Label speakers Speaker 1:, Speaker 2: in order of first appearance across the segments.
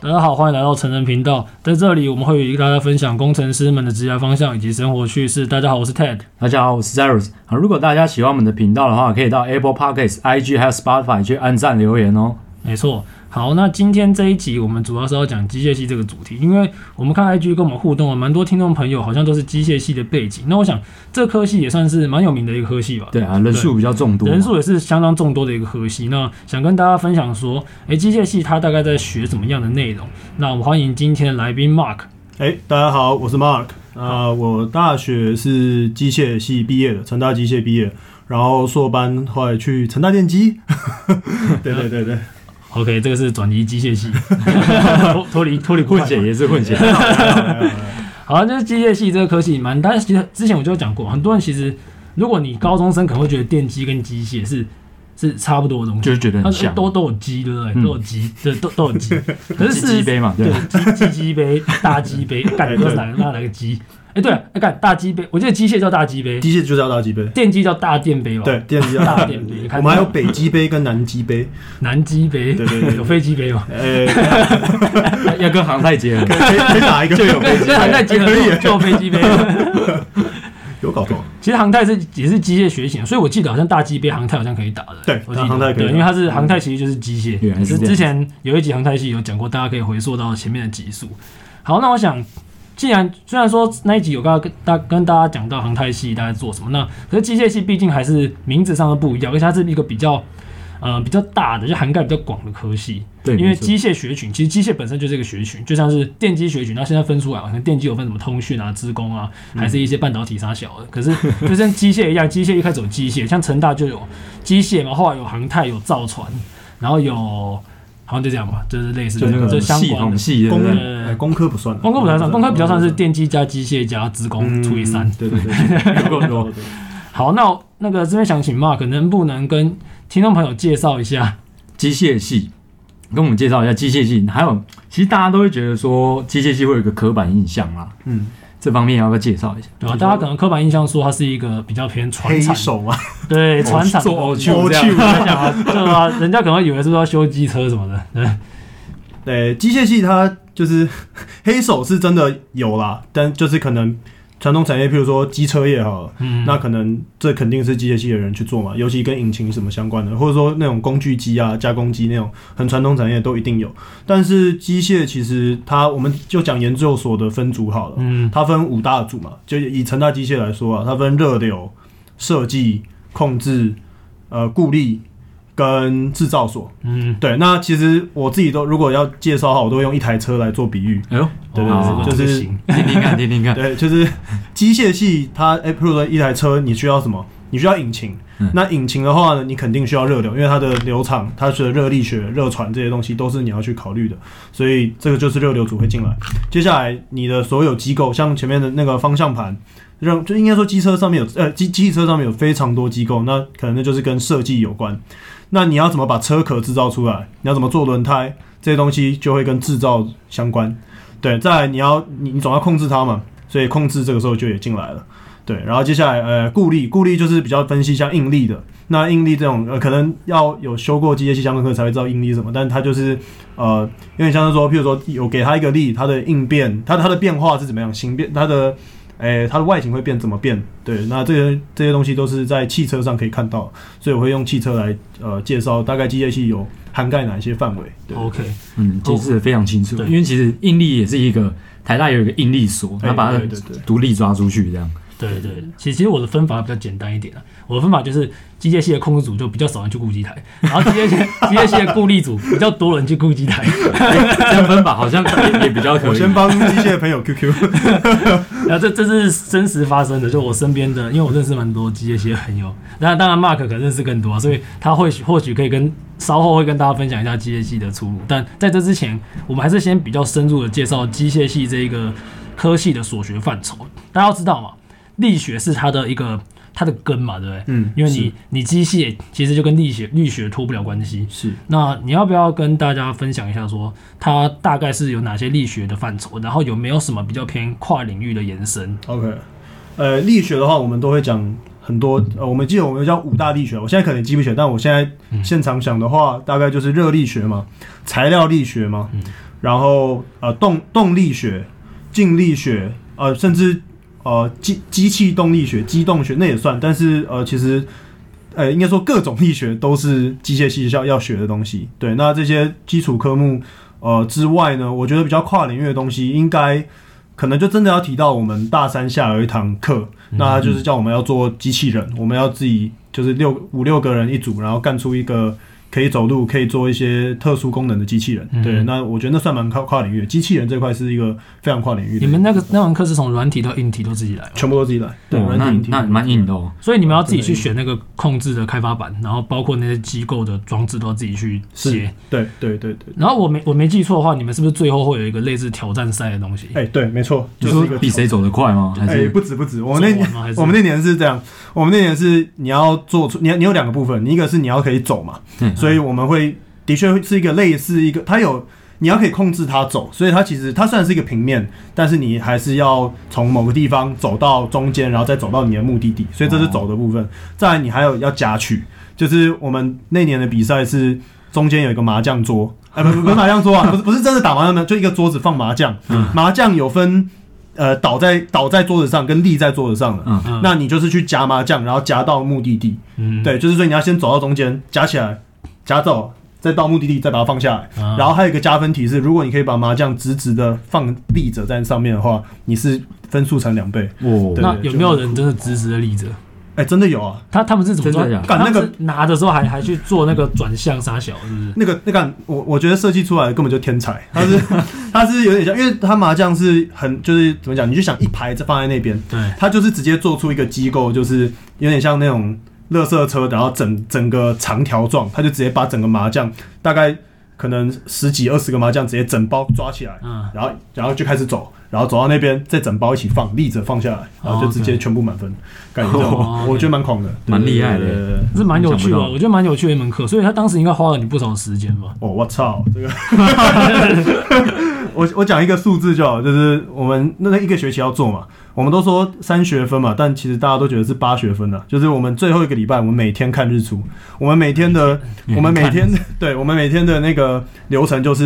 Speaker 1: 大家好，欢迎来到成人频道。在这里，我们会与大家分享工程师们的职业方向以及生活趣事。大家好，我是 Ted。
Speaker 2: 大家好，我是 Zeros。如果大家喜欢我们的频道的话，可以到 Apple Podcast、IG 还有 Spotify 去按赞留言哦。
Speaker 1: 没错。好，那今天这一集我们主要是要讲机械系这个主题，因为我们看 IG 跟我们互动，蛮多听众朋友好像都是机械系的背景。那我想这科系也算是蛮有名的一个科系吧？
Speaker 2: 对啊，人数比较众多，
Speaker 1: 人数也是相当众多的一个科系。那想跟大家分享说，机械系它大概在学什么样的内容？那我们欢迎今天的来宾 Mark。
Speaker 3: 大家好，我是 Mark。我大学是机械系毕业的，成大机械毕业，然后硕班后来去成大电机。对。
Speaker 1: OK， 这个是转移机械系，脱离
Speaker 2: 混血也是混血。
Speaker 1: 好，就是机械系这个科系但是其实之前我就有讲过，很多人其实如果你高中生可能会觉得电机跟机械是差不多的东西，
Speaker 2: 就是觉得很像，
Speaker 1: 都有机，对不对？都有机，对，都有机。可是
Speaker 2: 机杯嘛，对，
Speaker 1: 机杯、大机杯，干都是哪个机？对啊，干大机杯，我记得机械叫大机杯，
Speaker 3: 机械就叫大机杯，
Speaker 1: 电机叫大电杯吧？
Speaker 3: 对，电机叫
Speaker 1: 大电杯。
Speaker 3: 我们还有北机杯跟南机杯，
Speaker 1: 南机杯，对，有飞机杯吗？
Speaker 2: 要跟航太结合，
Speaker 3: 可以打一个
Speaker 2: 就有飞机，
Speaker 1: 跟航太结合就有飞机杯。
Speaker 3: 有搞头。
Speaker 1: 其实航太也是机械学型，所以我记得好像大机杯航太好像可以打的。
Speaker 3: 对，
Speaker 1: 我记得
Speaker 3: 航太可以打，
Speaker 1: 因为它是航太，其实就是机械。
Speaker 2: 是
Speaker 1: 之前有一集航太系有讲过，大家可以回溯到前面的集数。好，那我想，虽然说那一集有跟大家讲到航太系大概做什么，那可是机械系毕竟还是名字上的不一样，而且它是一个比较大的，就涵盖比较广的科系。
Speaker 2: 对，
Speaker 1: 因为机械学群，其实机械本身就是一个学群，就像是电机学群，那现在分出来，可能电机有分什么通讯啊、资工啊，还是一些半导体啥小的。可是就像机械一样，机械一开始有机械，像成大就有机械嘛，后来有航太、有造船，然后有好像就这样吧，就是类似
Speaker 2: 就那个系统系的，
Speaker 3: 工科不算，
Speaker 1: 工科不太算，工科比较算是电机加机械加资工除以3。
Speaker 3: 对，
Speaker 1: 有。好，那个这边想请 Mark 能不能跟听众朋友介绍一下
Speaker 2: 机械系，跟我们介绍一下机械系。还有，其实大家都会觉得说机械系会有一个刻板印象啦，这方面要不要介绍一下？
Speaker 1: 对吧？大家可能刻板印象说它是一个比较偏传产，
Speaker 3: 黑手嘛，
Speaker 1: 对，传产
Speaker 2: 做偶趣
Speaker 1: 这样，对吧？人家可能以为是不是要修机车什么的，
Speaker 3: 对，机械系它就是黑手是真的有啦，但就是可能传统产业，譬如说机车业好了，那可能这肯定是机械系的人去做嘛，尤其跟引擎什么相关的，或者说那种工具机啊、加工机那种很传统产业都一定有。但是机械其实我们就讲研究所的分组好了，它分5大组嘛，就以成大机械来说啊，它分热流、设计、控制、固力跟制造所。对，那其实我自己如果要介绍的话，我都会用一台车来做比喻。对，就是
Speaker 2: 听听看。
Speaker 3: 对，就是机械系它，譬如说一台车，你需要什么？你需要引擎。那引擎的话呢，你肯定需要热流，因为它的流场、它的热力学、热传这些东西都是你要去考虑的，所以这个就是热流组会进来。接下来你的所有机构，像前面的那个方向盘，就应该说机车上面有机车上面有非常多机构，那可能那就是跟设计有关。那你要怎么把车壳制造出来？你要怎么做轮胎？这些东西就会跟制造相关。对，再来你总要控制它嘛，所以控制这个时候就也进来了。对，然后接下来固力就是比较分析像应力的。那应力这种可能要有修过机械系相关课才会知道应力是什么，但它就是有点像是说，譬如说有给它一个力，它的应变，它的变化是怎么样，形变它的外形会变怎么变？对，那这些东西都是在汽车上可以看到，所以我会用汽车来介绍大概机械系有涵盖哪一些范围。对
Speaker 1: OK，
Speaker 2: 解释的非常清楚。因为其实应力也是一个台大有一个应力所，他把它独立抓出去这样。
Speaker 1: 对，其实我的分法比较简单一点啦。我的分法就是机械系的控制组就比较少人去顾机台，然后机械系的固力组比较多人去顾机台。
Speaker 2: 这样分法好像也比较可以。
Speaker 3: 我先帮机械的朋友 QQ。
Speaker 1: 然后这是真实发生的，就我身边的，因为我认识蛮多机械系的朋友。当然 Mark 可能认识更多，所以他或许可以稍后会跟大家分享一下机械系的出路。但在这之前，我们还是先比较深入的介绍机械系这一个科系的所学范畴。大家要知道嘛，力学是它的根嘛，对不对？因为你机械其实就跟力学脱不了关系。
Speaker 2: 是，
Speaker 1: 那你要不要跟大家分享一下说，它大概是有哪些力学的范畴，然后有没有什么比较偏跨领域的延伸
Speaker 3: ？OK， 力学的话，我们都会讲很多。我们记得我们叫5大力学，我现在可能记不起来，但我现在现场想的话，大概就是热力学嘛，材料力学嘛。 然后动力学、静力学，甚至机器动力学、机动学那也算，但是其实应该说各种力学都是机械系要学的东西。对，那这些基础科目之外呢，我觉得比较跨领域的东西，应该可能就真的要提到我们大三下有一堂课，那它就是叫我们要做机器人，我们要自己就是五六个人一组，然后干出一个可以走路、可以做一些特殊功能的机器人。对，那我觉得那算蛮跨领域的。机器人这块是一个非常跨领域的。
Speaker 1: 你们那门课是从软体到硬体都自己来吗？
Speaker 3: 全部都自己来。对，软体、硬体
Speaker 2: 那蛮硬的哦。
Speaker 1: 所以你们要自己去选那个控制的开发板，然后包括那些机构的装置都要自己去写。
Speaker 3: 对。
Speaker 1: 然后我没记错的话，你们是不是最后会有一个类似挑战赛的东西？
Speaker 3: 对，没错，
Speaker 2: 就是一个比谁走得快吗？还是
Speaker 3: 不止。我们那年是这样，我们那年是你要做出你有2个部分，你一个是你要可以走嘛，所以我们会的确是一个类似一个，你要可以控制它走，所以它虽然是一个平面，但是你还是要从某个地方走到中间，然后再走到你的目的地，所以这是走的部分。再来你还有要夹取，就是我们那年的比赛是中间有一个麻将桌，不是麻将桌啊，不是真的打麻将的，就一个桌子放麻将，麻将有分。倒在桌子上跟立在桌子上的，那你就是去夹麻将，然后夹到目的地。对，就是说你要先走到中间，夹起来，夹走，再到目的地，再把它放下来。然后还有一个加分题是，如果你可以把麻将直直的放立着在上面的话，你是分数乘2倍。
Speaker 1: 那有没有人真的直直的立着？
Speaker 3: 真的有啊！
Speaker 1: 他们是怎么做？
Speaker 3: 那个
Speaker 1: 拿的时候还去做那个转向杀小，是不是？
Speaker 3: 那个我觉得设计出来的根本就天才，他是有点像，因为他麻将是就是怎么讲，你就想一排放在那边，
Speaker 1: 对，
Speaker 3: 他就是直接做出一个机构，就是有点像那种垃圾车，然后整个长条状，他就直接把整个麻将大概可能10几20个麻将直接整包抓起来，然后就开始走。然后走到那边，再整包一起放，立着放下来，然后就直接全部满分，感觉这样，我觉得蛮狂的，
Speaker 2: 蛮厉害的，
Speaker 1: 是蛮有趣的，我觉得蛮有趣的一门课，所以他当时应该花了你不少时间吧？
Speaker 3: 我操，这个，我讲一个数字就好，就是我们那一个学期要做嘛，我们都说3学分嘛，但其实大家都觉得是8学分啊，就是我们最后一个礼拜，我们每天看日出，我们每天的那个流程就是，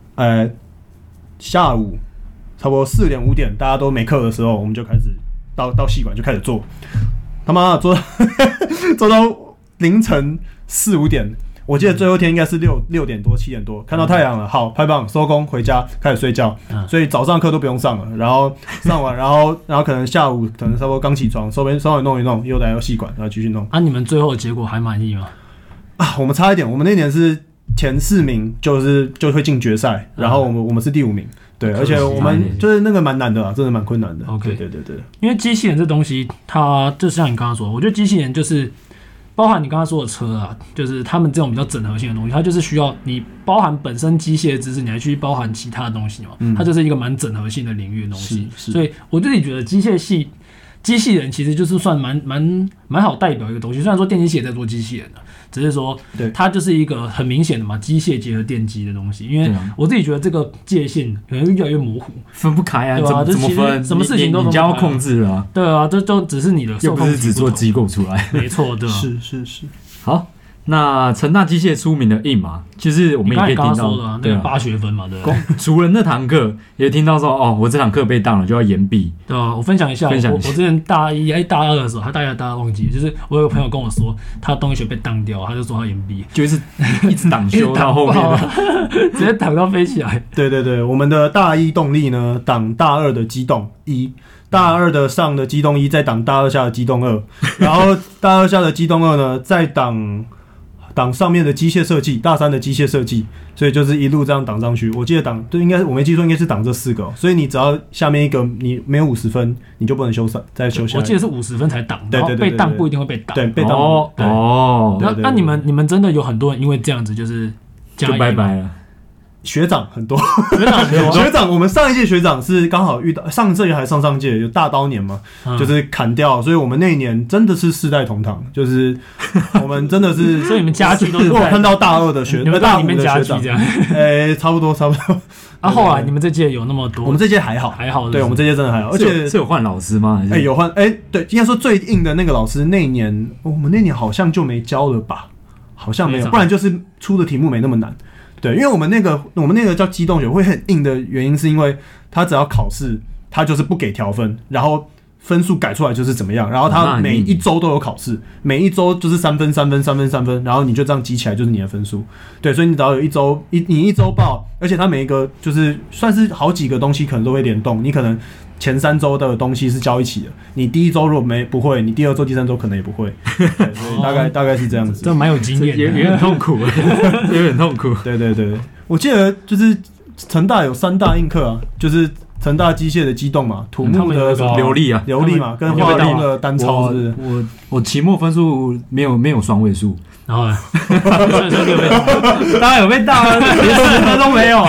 Speaker 3: 下午。差不多4点5点，大家都没课的时候，我们就开始到系馆就开始做，他妈的做到凌晨4、5点。我记得最后一天应该是6点多7点多，看到太阳了，好拍棒收工回家开始睡觉，所以早上课都不用上了，然后上完，然后可能下午可能差不多刚起床，稍微弄一弄，又来到系馆，然后继续弄。
Speaker 1: 你们最后的结果还满意吗？
Speaker 3: 我们差一点，我们那年是前4名就会进决赛，然后我们是第5名。对，而且我们就是那个蛮难的啦，真的蛮困难的。
Speaker 1: OK，
Speaker 3: 对，
Speaker 1: 因为机器人这东西，它就像你刚刚说，我觉得机器人就是包含你刚刚说的车啊，就是他们这种比较整合性的东西，它就是需要你包含本身机械的知识，你还去包含其他的东西嘛，它就是一个蛮整合性的领域的东西。所以我自己觉得机器人其实就是算蛮好代表一个东西，虽然说电机系也在做机器人的，只是说它就是一个很明显的嘛，机械结合电机的东西。因为我自己觉得这个界限可能越来越模糊，
Speaker 2: 分不开啊，
Speaker 1: 对吧？
Speaker 2: 怎么分？
Speaker 1: 什么事情都
Speaker 2: 你要控制了啊。
Speaker 1: 对啊，这就只是你的受控，
Speaker 2: 又不是只做机构出来。
Speaker 1: 没错，对吧？
Speaker 3: 是。
Speaker 2: 好。那成大机械出名的硬嘛，就是我们也可以听到，
Speaker 1: 对啊，8学分嘛，对。
Speaker 2: 除了那堂课，也听到说，我这堂课被当了，就要延毕。
Speaker 1: 对啊，我分享一下，我之前大1大2的时候，他大1大2忘记了，就是我有个朋友跟我说，他动力学被当掉，他就说他延毕，
Speaker 2: 就是一直挡修到后面的，
Speaker 1: 直接挡到飞起来。
Speaker 3: 对，我们的大1动力呢，挡大2的机动1。大2的上的机动1，再挡大2下的机动2，然后大2下的机动2呢，再挡上面的机械设计，大3的机械设计，所以就是一路这样挡上去。我记得就应该我没记错，应该是挡这4个，所以你只要下面一个你没有50分，你就不能再修下来。
Speaker 1: 我记得是50分才挡，
Speaker 3: 对，
Speaker 1: 被当不一定会被挡。
Speaker 3: 对，被当
Speaker 1: 那你们真的有很多人因为这样子就是
Speaker 2: 就拜拜了。
Speaker 3: 学长很多，学长，我们上一届学长是刚好遇到上这届还是上届有大刀年嘛，就是砍掉，所以我们那一年真的是世代同堂，就是我们真的是，
Speaker 1: 所以你们家具都是
Speaker 3: 我看到大2的
Speaker 1: 你们大5的学长这样，
Speaker 3: 差不多。
Speaker 1: 后来你们这届有那么多，
Speaker 3: 我们这届还好，对，我们这届真的还好，而且
Speaker 2: 是有换老师吗？
Speaker 3: 有换，对，应该说最硬的那个老师那一年，我们那年好像就没教了吧，好像没有，不然就是出的题目没那么难。 对，因为我们那个叫机动学会很硬的原因，是因为他只要考试，他就是不给调分，然后分数改出来就是怎么样，然后他每一周都有考试，每一周就是3分3分3分3分，然后你就这样积起来就是你的分数。对，所以你只要有你一周报，而且他每一个就是算是好几个东西可能都会联动，你可能前3周的东西是教一起的，你第一周如果不会，你第2周、第3周可能也不会，对，所以大概是这样子。
Speaker 1: 这蛮有经验的，
Speaker 2: 也很痛苦，也很痛苦。
Speaker 3: 对对对，我记得就是成大有3大硬课啊，就是成大机械的机动嘛，土木的
Speaker 2: 流利
Speaker 3: 嘛，跟化工的单操是不是？
Speaker 2: 我期末分数没有双位数，
Speaker 1: 然后当然有被大了，连10分都没有。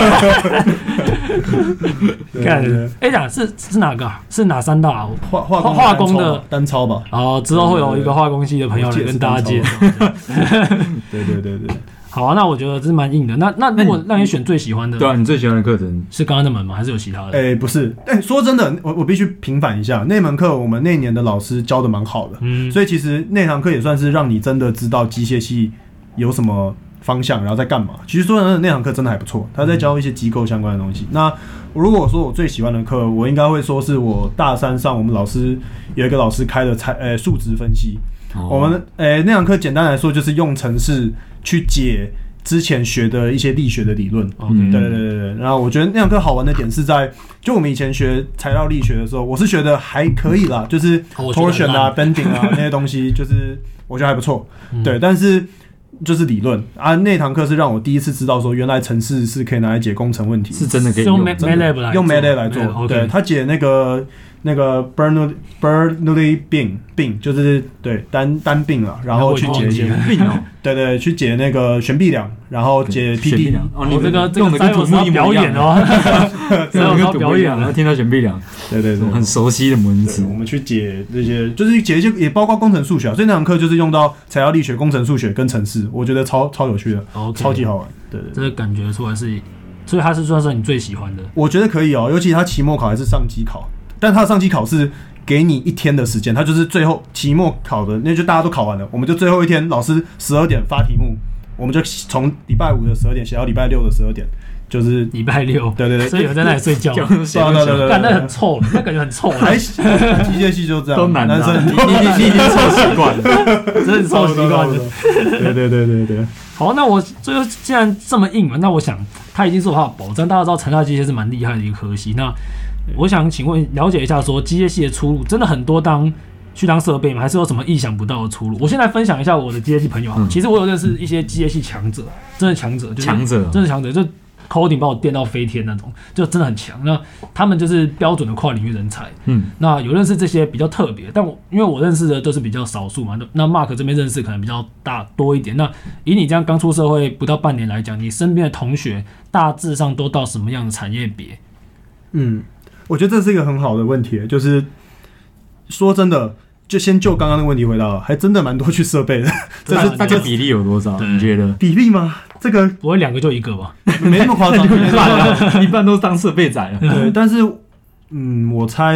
Speaker 1: 看，讲是哪个？是哪3大？化工的
Speaker 3: 单操吧。
Speaker 1: 之后会有一个化工系的朋友来跟大家介绍。
Speaker 3: 对。
Speaker 1: 好啊，那我觉得这是蛮硬的。那如果让你选最喜欢的，
Speaker 2: 对啊，你最喜欢的课程
Speaker 1: 是刚刚那门吗？还是有其他的？
Speaker 3: 不是。说真的，我必须平反一下，那门课我们那年的老师教的蛮好的，所以其实那堂课也算是让你真的知道机械系有什么方向，然后在干嘛。其实说真的，那堂课真的还不错，他在教一些机构相关的东西。那如果说我最喜欢的课，我应该会说是我大3上我们老师有一个老师开的数值分析。我们那堂课简单来说就是用程式去解之前学的一些力学的理论。对。然后我觉得那堂课好玩的点是在，就我们以前学材料力学的时候，我是觉得还可以啦，就是 torsion 啊、bending 啊那些东西，就是我觉得还不错。对，但是就是理论啊，那堂课是让我第一次知道说，原来程式是可以拿来解工程问题，
Speaker 2: 是真的可以用
Speaker 3: MATLAB 来做。对，他解那个 Bernoulli 病就是对单病了，然后去解一些
Speaker 2: 病哦，
Speaker 3: 对，去解那个旋臂梁，然后解 PD。
Speaker 1: 你这个用的跟土木一模一样哦，
Speaker 2: 这个跟表演，然后听到旋臂梁，对，很熟悉的模拟词。
Speaker 3: 我们去解这些，就是解一些，也包括工程数学，所以那堂课就是用到材料力学、工程数学跟程式，我觉得超有趣的，超级好玩。对，
Speaker 1: 这个感觉出来是，所以它是算是你最喜欢的。
Speaker 3: 我觉得可以哦，尤其他期末考还是上机考。但他的上机考是给你1天的时间，他就是最后期末考的，那就大家都考完了，我们就最后一天，老师12点发题目，我们就从礼拜5的12点写到礼拜6的12点，就是
Speaker 1: 礼拜6。
Speaker 3: 对，
Speaker 1: 所以有在那里睡觉，
Speaker 3: 对，
Speaker 1: 干那很臭，那感觉很臭。
Speaker 3: 还机械系就这样，
Speaker 2: 都难，
Speaker 3: 男生
Speaker 2: 你已经臭习惯了，
Speaker 1: 真的臭习惯了。
Speaker 3: 对。
Speaker 1: 好，那我最后既然这么硬嘛，那我想它已经是我的保障。大家知道成大机械是蛮厉害的一个科系，那我想请问了解一下，说机械系的出路真的很多去当设备吗？还是有什么意想不到的出路？我先来分享一下我的机械系朋友。其实我有认识一些机械系强者，真的强者，就是真的强者，就 coding 把我电到飞天那种，就真的很强。那他们就是标准的跨领域人才。那有认识这些比较特别，但因为我认识的都是比较少数嘛。那 Mark 这边认识可能比较多一点。那以你这样刚出社会不到半年来讲，你身边的同学大致上都到什么样的产业别？
Speaker 3: 我觉得这是一个很好的问题，就是说真的，就先就刚刚的问题回答，还真的蛮多去设备的。
Speaker 2: 这是大概比例有多少？你觉得
Speaker 3: 比例吗？这个
Speaker 1: 不会2个就1个吧？
Speaker 3: 没那么夸张，
Speaker 2: 一半都当设备仔了。
Speaker 3: 对，但是我猜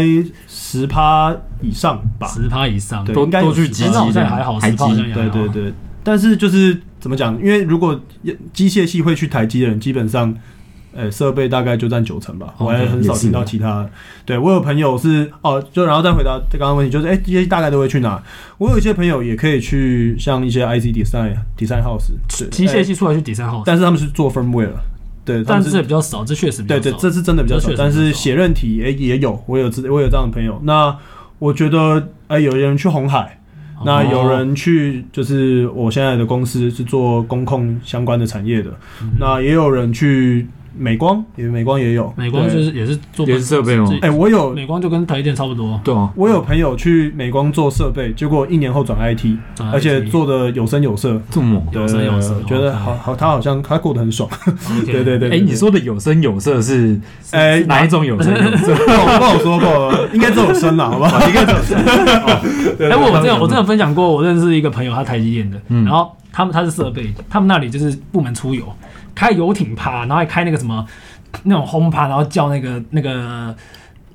Speaker 3: 10%以上吧
Speaker 1: ，10%以上
Speaker 2: 都去机器，
Speaker 1: 好像还好，10%好像也还好。
Speaker 3: 对。但是就是怎么讲？因为如果机械系会去台积的人，基本上。设备大概就占90%吧，我还很少听到其他。对，我有朋友是就然后再回答刚刚问题，就是机械大概都会去哪？我有一些朋友也可以去像一些 IC design house，
Speaker 1: 机械系出来去 design house，
Speaker 3: 但是他们是做 firmware， 对，
Speaker 1: 但是比较少，这确实比较少。
Speaker 3: 对，这是真的比较少，但是写韧体也有，我有这样的朋友。那我觉得有人去鸿海。那有人去，就是我现在的公司是做工控相关的产业的，那也有人去美光也有，美光
Speaker 1: 也是做
Speaker 2: 设备吗？
Speaker 3: 我有
Speaker 1: 美光就跟台积电差不多。
Speaker 2: 对啊，
Speaker 3: 我有朋友去美光做设备，结果1年后转 IT， 而且做的有声有色，
Speaker 2: 这么
Speaker 1: 有声有色，
Speaker 3: 觉得好，他好像他过得很爽。对。
Speaker 2: 你说的有声有色是哪一种有声有色？
Speaker 3: 不好说，应该只有声啦，好不好？应该只有声。
Speaker 1: 我真的分享过，我认识一个朋友，他台积电的，然后他是设备，他们那里就是部门出游。开游艇趴，然后还开那个什么那种轰趴，然后叫那个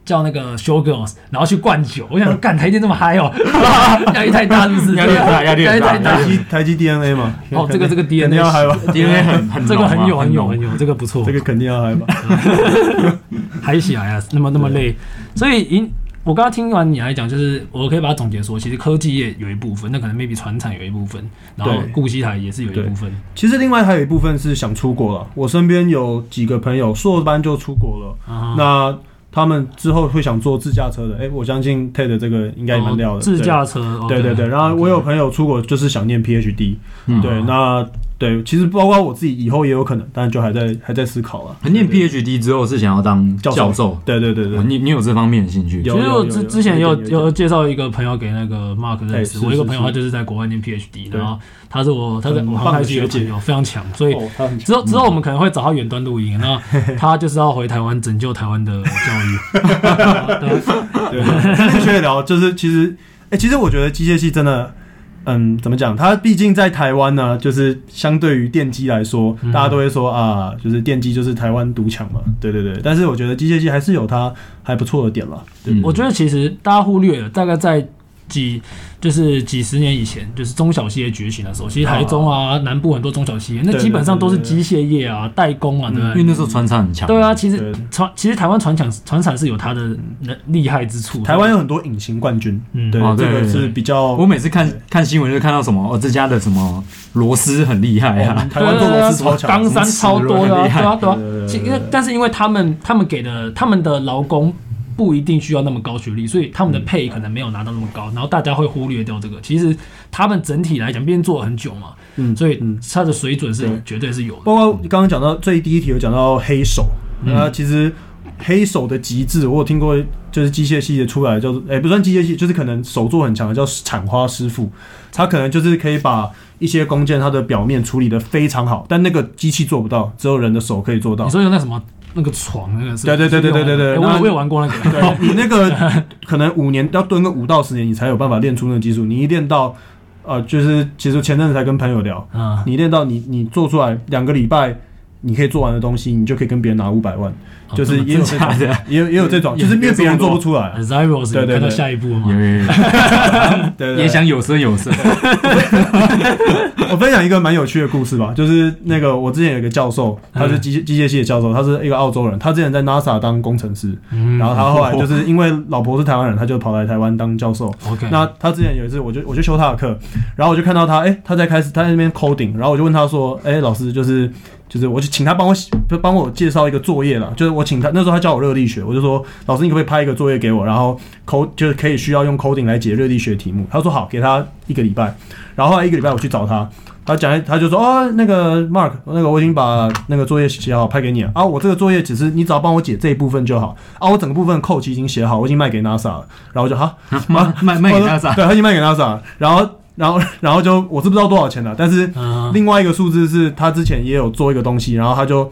Speaker 1: 叫那个 show girls， 然后去灌酒。我想干台积电这么嗨哦，压力太大是不是？
Speaker 2: 压力太大。
Speaker 3: 台积 DNA 嘛。
Speaker 1: 哦，这个 DNA
Speaker 3: 要嗨吧
Speaker 2: ？DNA 很
Speaker 1: 这个很有，这个不错。
Speaker 3: 这个肯定要嗨吧？
Speaker 1: 嗨起来啊，那么累，所以我刚刚听完你来讲，就是我可以把它总结说，其实科技业有一部分，那可能 maybe 传产有一部分，然后顾惜台也是有一部分。
Speaker 3: 其实另外还有一部分是想出国了。我身边有几个朋友硕班就出国了，那他们之后会想做自驾车的。我相信 TED 这个应该也蛮料的。
Speaker 1: 自驾车，
Speaker 3: 对。然后我有朋友出国就是想念 PhD，对，那。对，其实包括我自己以后也有可能，但就还在思考了。
Speaker 2: 念 PhD 之后是想要当教授，
Speaker 3: 对。
Speaker 2: 你有这方面的兴趣？
Speaker 1: 其实我之前有介绍一个朋友给那个 Mark 认识，我一个朋友他就是在国外念 PhD， 然后他是我航太系的朋友，非常强，所以之后我们可能会找他远端录音，那他就是要回台湾拯救台湾的教育。
Speaker 3: 对，学聊就是其实我觉得机械系真的。怎么讲？它毕竟在台湾呢，就是相对于电机来说，大家都会说啊，就是电机就是台湾独强嘛。对。但是我觉得机械系还是有它还不错的点啦。
Speaker 1: 我觉得其实大家忽略了，大概在几十年以前，就是中小企业觉醒的时候，其实台中啊、南部很多中小企业，那基本上都是机械业啊、代工啊，对不对？
Speaker 2: 因为那时候传产很强。
Speaker 1: 对啊，其实台湾传产是有它的厉害之处。
Speaker 3: 台湾有很多隐形冠军，对，这个是比较。
Speaker 2: 我每次看新闻就看到什么这家的什么螺丝很厉害啊，
Speaker 3: 台湾做螺丝超强，
Speaker 1: 钢山超多的，对啊。但是因为他们给的他们的劳工。不一定需要那么高学历，所以他们的配可能没有拿到那么高，然后大家会忽略掉这个。其实他们整体来讲，毕竟做了很久嘛，所以他的水准是绝对是有的。
Speaker 3: 包括刚刚讲到第一题有讲到黑手，那其实黑手的极致，我有听过，就是机械系的出来叫做，不算机械系，就是可能手作很强的叫产花师傅，他可能就是可以把一些工件它的表面处理得非常好，但那个机器做不到，只有人的手可以做到。
Speaker 1: 你说有那什么？那个床，那个是
Speaker 3: 对，
Speaker 1: 我有玩过那个。
Speaker 3: 对，你那个可能5年要蹲个5到10年，你才有办法练出那个技术。你一练到，就是其实前阵子才跟朋友聊，你练到你做出来2个礼拜，你可以做完的东西，你就可以跟别人拿500万，就是也有这种，也有这种，就是因为别人做不出来。
Speaker 1: Zyros 对，看到下一步嘛，
Speaker 3: 对，
Speaker 2: 也想有声有色。
Speaker 3: 我分享一个蛮有趣的故事吧，就是那个我之前有一个教授，他是机械系的教授，他是一个澳洲人，他之前在 NASA 当工程师，然后他后来就是因为老婆是台湾人，他就跑来台湾当教授。那他之前有一次，我就修他的课，然后我就看到他，他在那边 coding， 然后我就问他说，老师就是我就请他帮我介绍一个作业啦，就是我请他那时候他教我热力学，我就说老师你可不可以拍一个作业给我，然后就是可以需要用 coding 来解热力学题目。他说好，给他1个礼拜，然后后来1个礼拜我去找他，他就说那个 Mark， 那个我已经把那个作业写好拍给你了啊，我这个作业只是你只要帮我解这一部分就好啊，我整个部分code已经写好，我已经卖给 NASA 了，然后我就
Speaker 2: 卖给 NASA，
Speaker 3: 对，他已经卖给 NASA 了，然后就我是不知道多少钱了，但是另外一个数字是他之前也有做一个东西，然后他就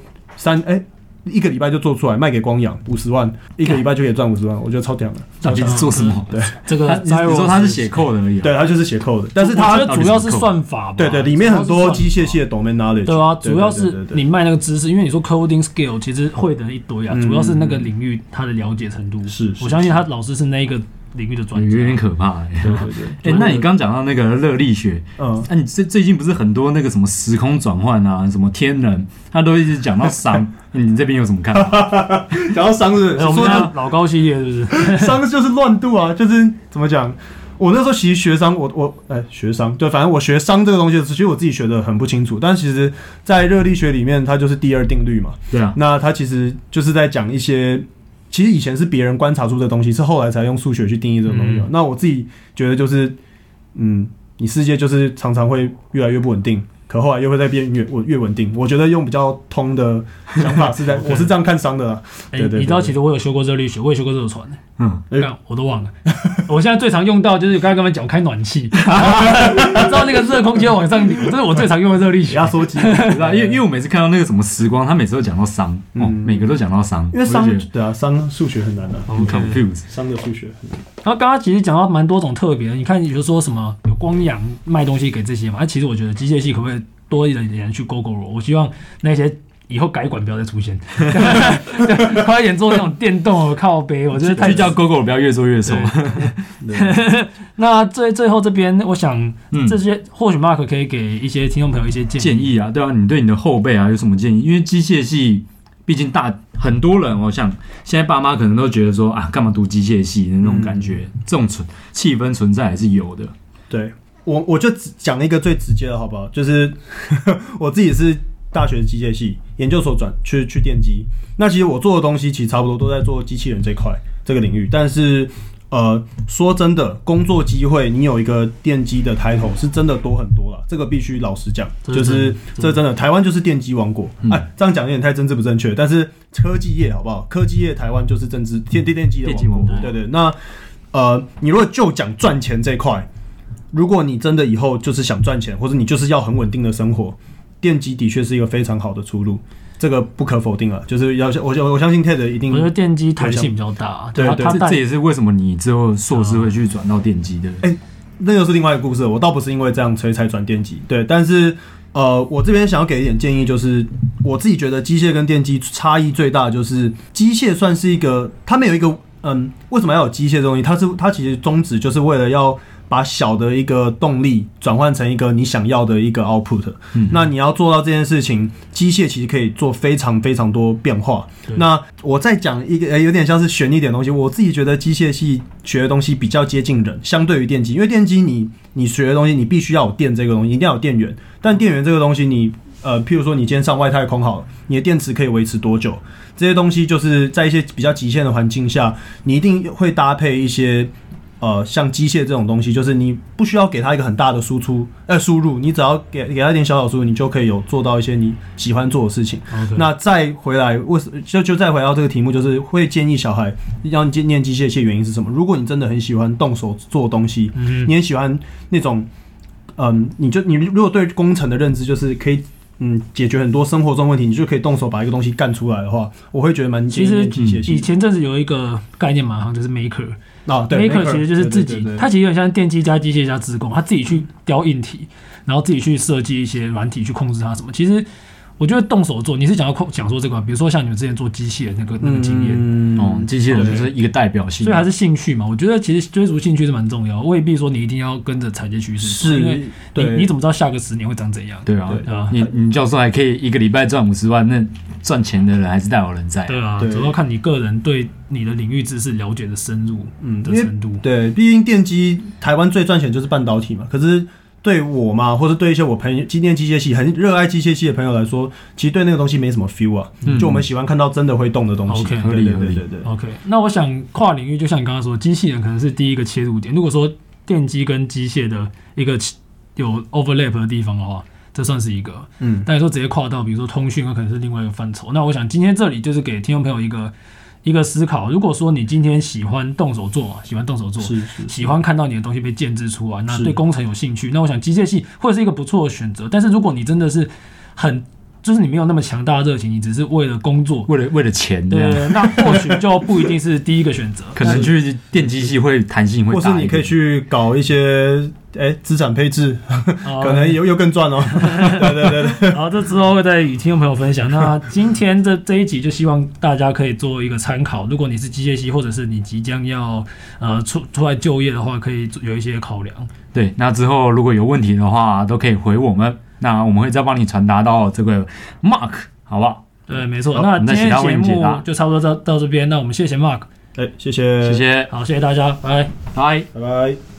Speaker 3: 1个礼拜就做出来，卖给光阳50万，1个礼拜就可以赚50万，我觉得超屌的。
Speaker 2: 到底是做什么？
Speaker 3: 对，
Speaker 1: 这个
Speaker 2: 你说他是写 code 而已。
Speaker 3: 对，他就是写 code， 但是他
Speaker 1: 主要是算法吧。
Speaker 3: 对，里面很多机械系的 domain knowledge。
Speaker 1: 对啊，主要是你卖那个知识，因为你说 coding skill 其实会的人一堆啊，主要是那个领域他的了解程度。
Speaker 3: 是，
Speaker 1: 我相信他老师是那一个领域的专家，
Speaker 2: 有点可怕。对，那你刚讲到那个热力学，你最近不是很多那个什么时空转换啊，什么天人，他都一直讲到熵，你这边有什么看法？
Speaker 3: 讲到熵是
Speaker 1: 我们家老高系列是不是？
Speaker 3: 熵就是乱度啊，就是怎么讲？我那时候其实学商，学商，对，反正我学商这个东西，其实我自己学的很不清楚。但其实，在热力学里面，它就是第二定律嘛。
Speaker 2: 对啊。
Speaker 3: 那它其实就是在讲一些，其实以前是别人观察出的东西，是后来才用数学去定义这种东西。那我自己觉得就是，你世界就是常常会越来越不稳定。可后来又会再变越稳定。我觉得用比较通的想法是在，我是这样看商的啦。对，
Speaker 1: 你知道其实我有修过热力学，我也修过热传我都忘了。我现在最常用到就是刚才跟他们讲开暖气，你知道那个热空气要往上流，这是我最常用的热力学。
Speaker 3: 压缩机，
Speaker 2: 因为我每次看到那个什么时光，他每次都讲到商，每个都讲到商，
Speaker 3: 因为商对啊，商数学很难的，
Speaker 2: 很 confused，
Speaker 3: 商的数学很难。
Speaker 1: 然后刚刚其实讲到蛮多种特别的，你看，比如说什么有光阳卖东西给这些嘛，其实我觉得机械系可不可以多一点人去 Google？ 我希望那些以后改管不要再出现，快一点做那种电动的靠背，我觉得太
Speaker 2: 叫 GoGo 不要越做越丑。
Speaker 1: 那最后这边，我想这些或许 Mark 可以给一些听众朋友一些建议
Speaker 2: 啊，对啊，你对你的后辈啊有什么建议？因为机械系毕竟很多人像现在爸妈可能都觉得说啊，干嘛读机械系的那种感觉，这种气氛存在还是有的。
Speaker 3: 对，我就讲一个最直接的好不好？就是我自己是大学机械系，研究所转去电机。那其实我做的东西其实差不多都在做机器人这个领域，但是说真的，工作机会你有一个电机的title是真的多很多啦，这个必须老实讲，就是这真的台湾就是电机王国。这样讲有点太政治不正确，但是科技业好不好？科技业台湾就是电机的王国。对，那你如果就讲赚钱这一块，如果你真的以后就是想赚钱，或者你就是要很稳定的生活，电机的确是一个非常好的出路。这个不可否定了，就是我相信 TED 一定。
Speaker 1: 我觉得电机弹性比较大，
Speaker 3: 对，
Speaker 2: 这也是为什么你之后硕士会去转到电机的。
Speaker 3: 那又是另外一个故事。我倒不是因为这样所以才转电机，对，但是我这边想要给一点建议，就是我自己觉得机械跟电机差异最大的就是机械算是一个，它没有一个为什么要有机械这东西？它其实宗旨就是为了要把小的一个动力转换成一个你想要的一个 output。那你要做到这件事情，机械其实可以做非常非常多变化。那我再讲一个有点像是悬一点的东西，我自己觉得机械系学的东西比较接近人，相对于电机，因为电机你学的东西你必须要有电这个东西，一定要有电源，但电源这个东西你譬如说你今天上外太空好了，你的电池可以维持多久？这些东西就是在一些比较极限的环境下，你一定会搭配一些像机械这种东西，就是你不需要给它一个很大的输入，你只要给它一点小输入，你就可以有做到一些你喜欢做的事情。那再回来，就再回到这个题目，就是会建议小孩要念机械系的原因是什么？如果你真的很喜欢动手做东西，你很喜欢那种你如果对工程的认知就是可以解决很多生活中问题，你就可以动手把一个东西干出来的话，我会觉得蛮建议念机械系。
Speaker 1: 其实以前阵子有一个概念蛮好，就是 maker。
Speaker 3: 对
Speaker 1: ，maker 其实就是自己，它其实有点像电机加机械加自贡，他自己去雕硬体，然后自己去设计一些软体去控制它什么。其实我觉得动手做，你是讲说这个，比如说像你们之前做机器的那个经验，
Speaker 2: 机器人就是一个代表性，
Speaker 1: 所以还是兴趣嘛。我觉得其实追逐兴趣是蛮重要，未必说你一定要跟着产业趋势，因为你怎么知道下个10年会长怎样？
Speaker 2: 对啊，你教授还可以一个礼拜赚50万，那赚钱的人还是大有人在。
Speaker 1: 对啊，主要看你个人对你的领域知识了解的深入的程度。
Speaker 3: 对，毕竟电机台湾最赚钱就是半导体嘛，可是。对我嘛，或者对一些我朋友念机械系很热爱机械系的朋友来说，其实对那个东西没什么 feel 啊。就我们喜欢看到真的会动的东西。
Speaker 1: OK，
Speaker 2: 合理。
Speaker 1: OK， 那我想跨领域，就像你刚刚说，机器人可能是第一个切入点。如果说电机跟机械的一个有 overlap 的地方的话，这算是一个。但你说直接跨到比如说通讯，那可能是另外一个范畴。那我想今天这里就是给听众朋友一个思考，如果说你今天喜欢动手做，喜欢看到你的东西被建制出来，那对工程有兴趣，那我想机械系会是一个不错的选择。但是如果你真的是就是你没有那么强大的热情，你只是为了工作，
Speaker 2: 为了钱，
Speaker 1: 对，那或许就不一定是第一个选择。
Speaker 2: 可能去电机系会弹性会大一点，
Speaker 3: 或是你可以去搞一些资产配置，可能又更赚哦。对。
Speaker 1: 好，这之后会再与听众朋友分享。那今天这一集就希望大家可以做一个参考。如果你是机械系，或者是你即将要出来就业的话，可以有一些考量。
Speaker 2: 对，那之后如果有问题的话，都可以回我们。那我们会再帮你传达到这个 Mark， 好不好？
Speaker 1: 对，没错。那今天节目就差不多到这边。那我们谢谢 Mark，
Speaker 3: 谢谢。
Speaker 1: 好，谢谢大家，拜拜。